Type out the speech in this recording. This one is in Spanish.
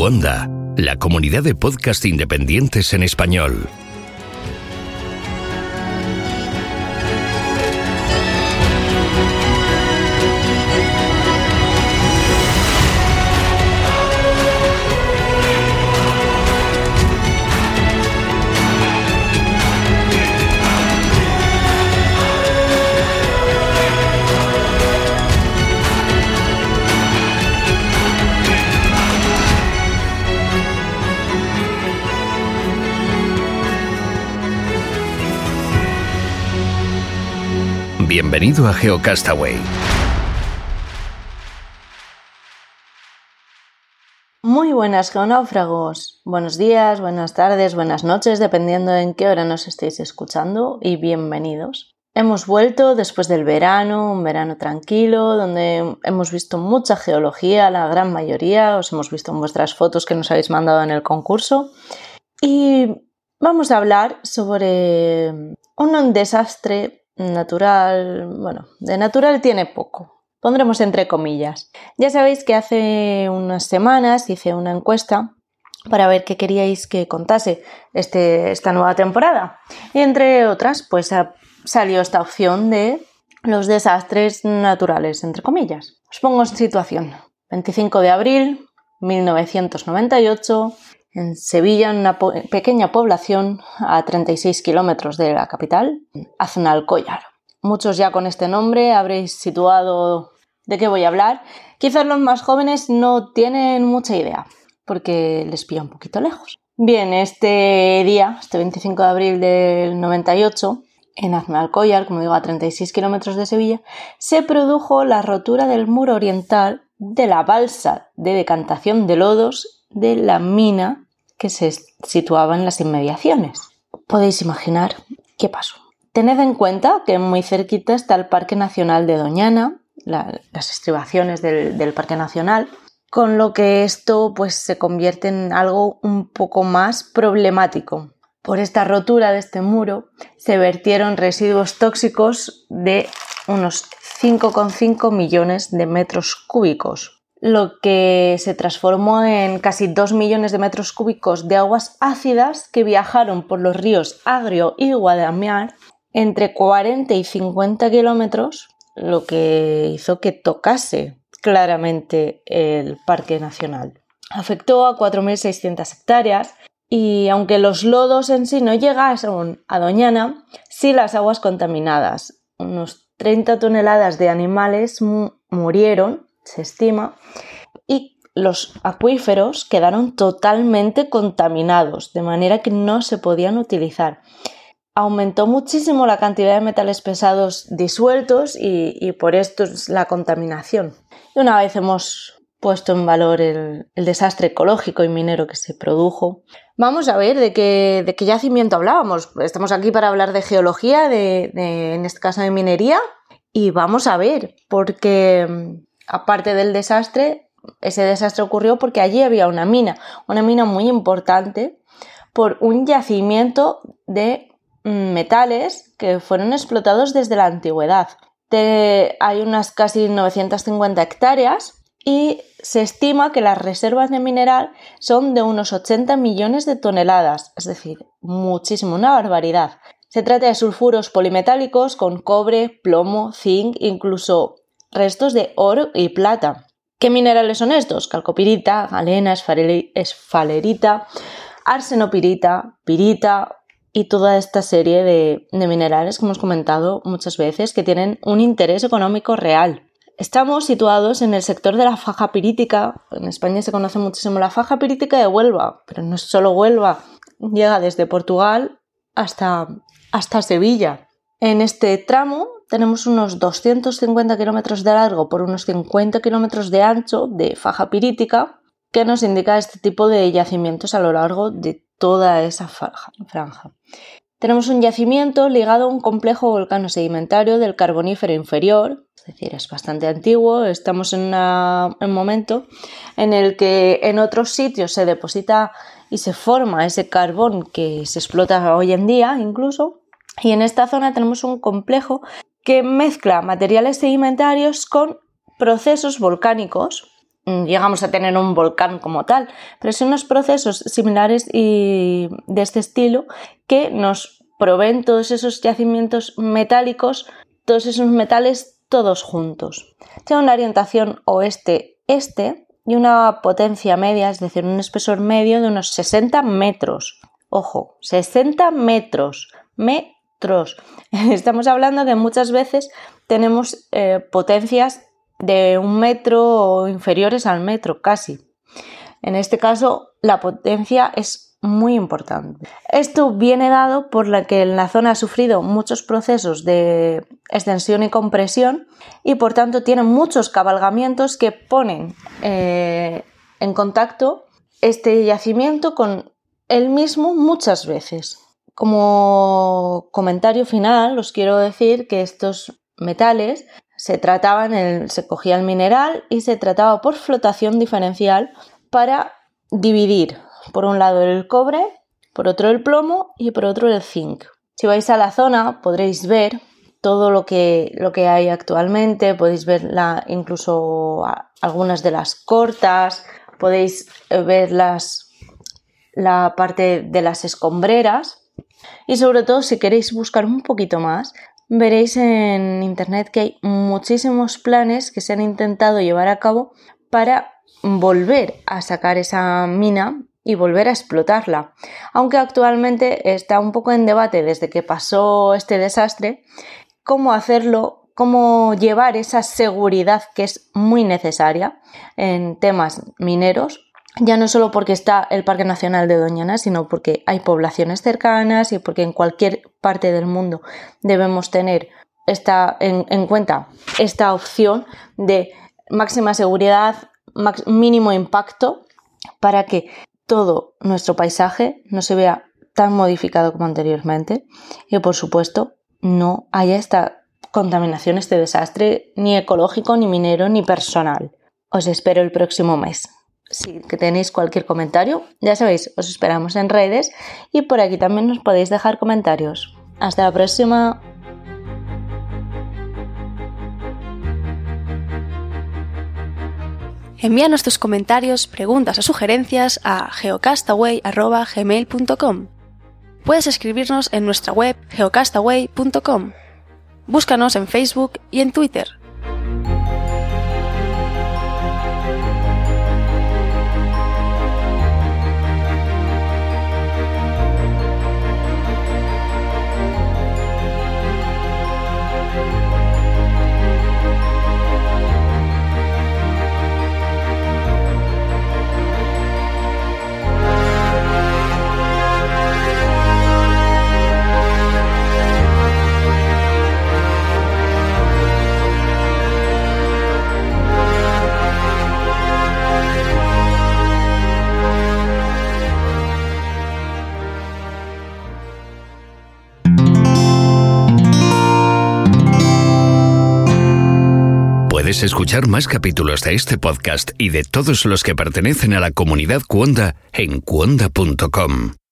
Geoonda, la comunidad de podcast independientes en español. Bienvenido a GeoCastaway. Muy buenas geonáufragos. Buenos días, buenas tardes, buenas noches, dependiendo en qué hora nos estéis escuchando, y bienvenidos. Hemos vuelto después del verano, un verano tranquilo, donde hemos visto mucha geología, la gran mayoría, os hemos visto en vuestras fotos que nos habéis mandado en el concurso. Y vamos a hablar sobre un desastre natural. Bueno, de natural tiene poco, pondremos entre comillas. Ya sabéis que hace unas semanas hice una encuesta para ver qué queríais que contase esta nueva temporada, y entre otras pues salió esta opción de los desastres naturales, entre comillas. Os pongo en situación. 25 de abril 1998, en Sevilla, en una pequeña población a 36 kilómetros de la capital, Aznalcóllar. Muchos ya con este nombre habréis situado de qué voy a hablar. Quizás los más jóvenes no tienen mucha idea, porque les pilla un poquito lejos. Bien, este 25 de abril del 98, en Aznalcóllar, como digo, a 36 kilómetros de Sevilla, se produjo la rotura del muro oriental de la balsa de decantación de lodos de la mina que se situaba en las inmediaciones. Podéis imaginar qué pasó. Tened en cuenta que muy cerquita está el Parque Nacional de Doñana, las estribaciones del Parque Nacional, con lo que esto pues se convierte en algo un poco más problemático. Por esta rotura de este muro se vertieron residuos tóxicos de unos 5,5 millones de metros cúbicos, lo que se transformó en casi 2 millones de metros cúbicos de aguas ácidas que viajaron por los ríos Agrio y Guadamiar entre 40 y 50 kilómetros, lo que hizo que tocase claramente el Parque Nacional. Afectó a 4.600 hectáreas y aunque los lodos en sí no llegaron a Doñana, sí las aguas contaminadas. Unos 30 toneladas de animales murieron, se estima, y los acuíferos quedaron totalmente contaminados, de manera que no se podían utilizar. Aumentó muchísimo la cantidad de metales pesados disueltos y por esto es la contaminación. Y una vez hemos puesto en valor el desastre ecológico y minero que se produjo, vamos a ver de qué yacimiento hablábamos. Estamos aquí para hablar de geología, en este caso de minería, y vamos a ver, porque aparte del desastre, ese desastre ocurrió porque allí había una mina muy importante por un yacimiento de metales que fueron explotados desde la antigüedad. Hay unas casi 950 hectáreas y se estima que las reservas de mineral son de unos 80 millones de toneladas, es decir, muchísimo, una barbaridad. Se trata de sulfuros polimetálicos con cobre, plomo, zinc, incluso restos de oro y plata. ¿Qué minerales son estos? Calcopirita, galena, esfalerita, arsenopirita, pirita y toda esta serie de minerales que hemos comentado muchas veces que tienen un interés económico real. Estamos situados en el sector de la faja pirítica. En España se conoce muchísimo la faja pirítica de Huelva, pero no es solo Huelva, llega desde Portugal hasta Sevilla. En este tramo tenemos unos 250 kilómetros de largo por unos 50 kilómetros de ancho de faja pirítica, que nos indica este tipo de yacimientos a lo largo de toda esa franja. Tenemos un yacimiento ligado a un complejo volcano sedimentario del Carbonífero inferior, es decir, es bastante antiguo. Estamos en un momento en el que en otros sitios se deposita y se forma ese carbón que se explota hoy en día incluso, y en esta zona tenemos un complejo que mezcla materiales sedimentarios con procesos volcánicos llegamos a tener un volcán como tal, pero son unos procesos similares y de este estilo que nos proveen todos esos yacimientos metálicos, todos esos metales todos juntos. Tiene una orientación oeste-este y una potencia media, es decir, un espesor medio de unos 60 metros. Ojo, 60 metros. Estamos hablando que muchas veces tenemos potencias de 1 metro o inferiores al metro casi. En este caso, la potencia es muy importante. Esto viene dado por la que la zona ha sufrido muchos procesos de extensión y compresión y por tanto tiene muchos cabalgamientos que ponen en contacto este yacimiento con el mismo muchas veces. Como comentario final, os quiero decir que estos metales se cogía el mineral y se trataba por flotación diferencial para dividir, por un lado el cobre, por otro el plomo y por otro el zinc. Si vais a la zona podréis ver todo lo que hay actualmente, podéis ver incluso algunas de las cortas, podéis ver la parte de las escombreras y sobre todo si queréis buscar un poquito más, veréis en internet que hay muchísimos planes que se han intentado llevar a cabo para volver a sacar esa mina y volver a explotarla, aunque actualmente está un poco en debate desde que pasó este desastre, cómo hacerlo, cómo llevar esa seguridad que es muy necesaria en temas mineros, ya no solo porque está el Parque Nacional de Doñana, sino porque hay poblaciones cercanas y porque en cualquier parte del mundo debemos tener en cuenta esta opción de máxima seguridad, mínimo impacto, para que todo nuestro paisaje no se vea tan modificado como anteriormente y, por supuesto, no haya esta contaminación, este desastre, ni ecológico, ni minero, ni personal. Os espero el próximo mes. Si tenéis cualquier comentario, ya sabéis, os esperamos en redes y por aquí también nos podéis dejar comentarios. Hasta la próxima. Envíanos tus comentarios, preguntas o sugerencias a geocastaway@gmail.com. Puedes escribirnos en nuestra web geocastaway.com. Búscanos en Facebook y en Twitter. Puedes escuchar más capítulos de este podcast y de todos los que pertenecen a la comunidad Cuonda en cuonda.com.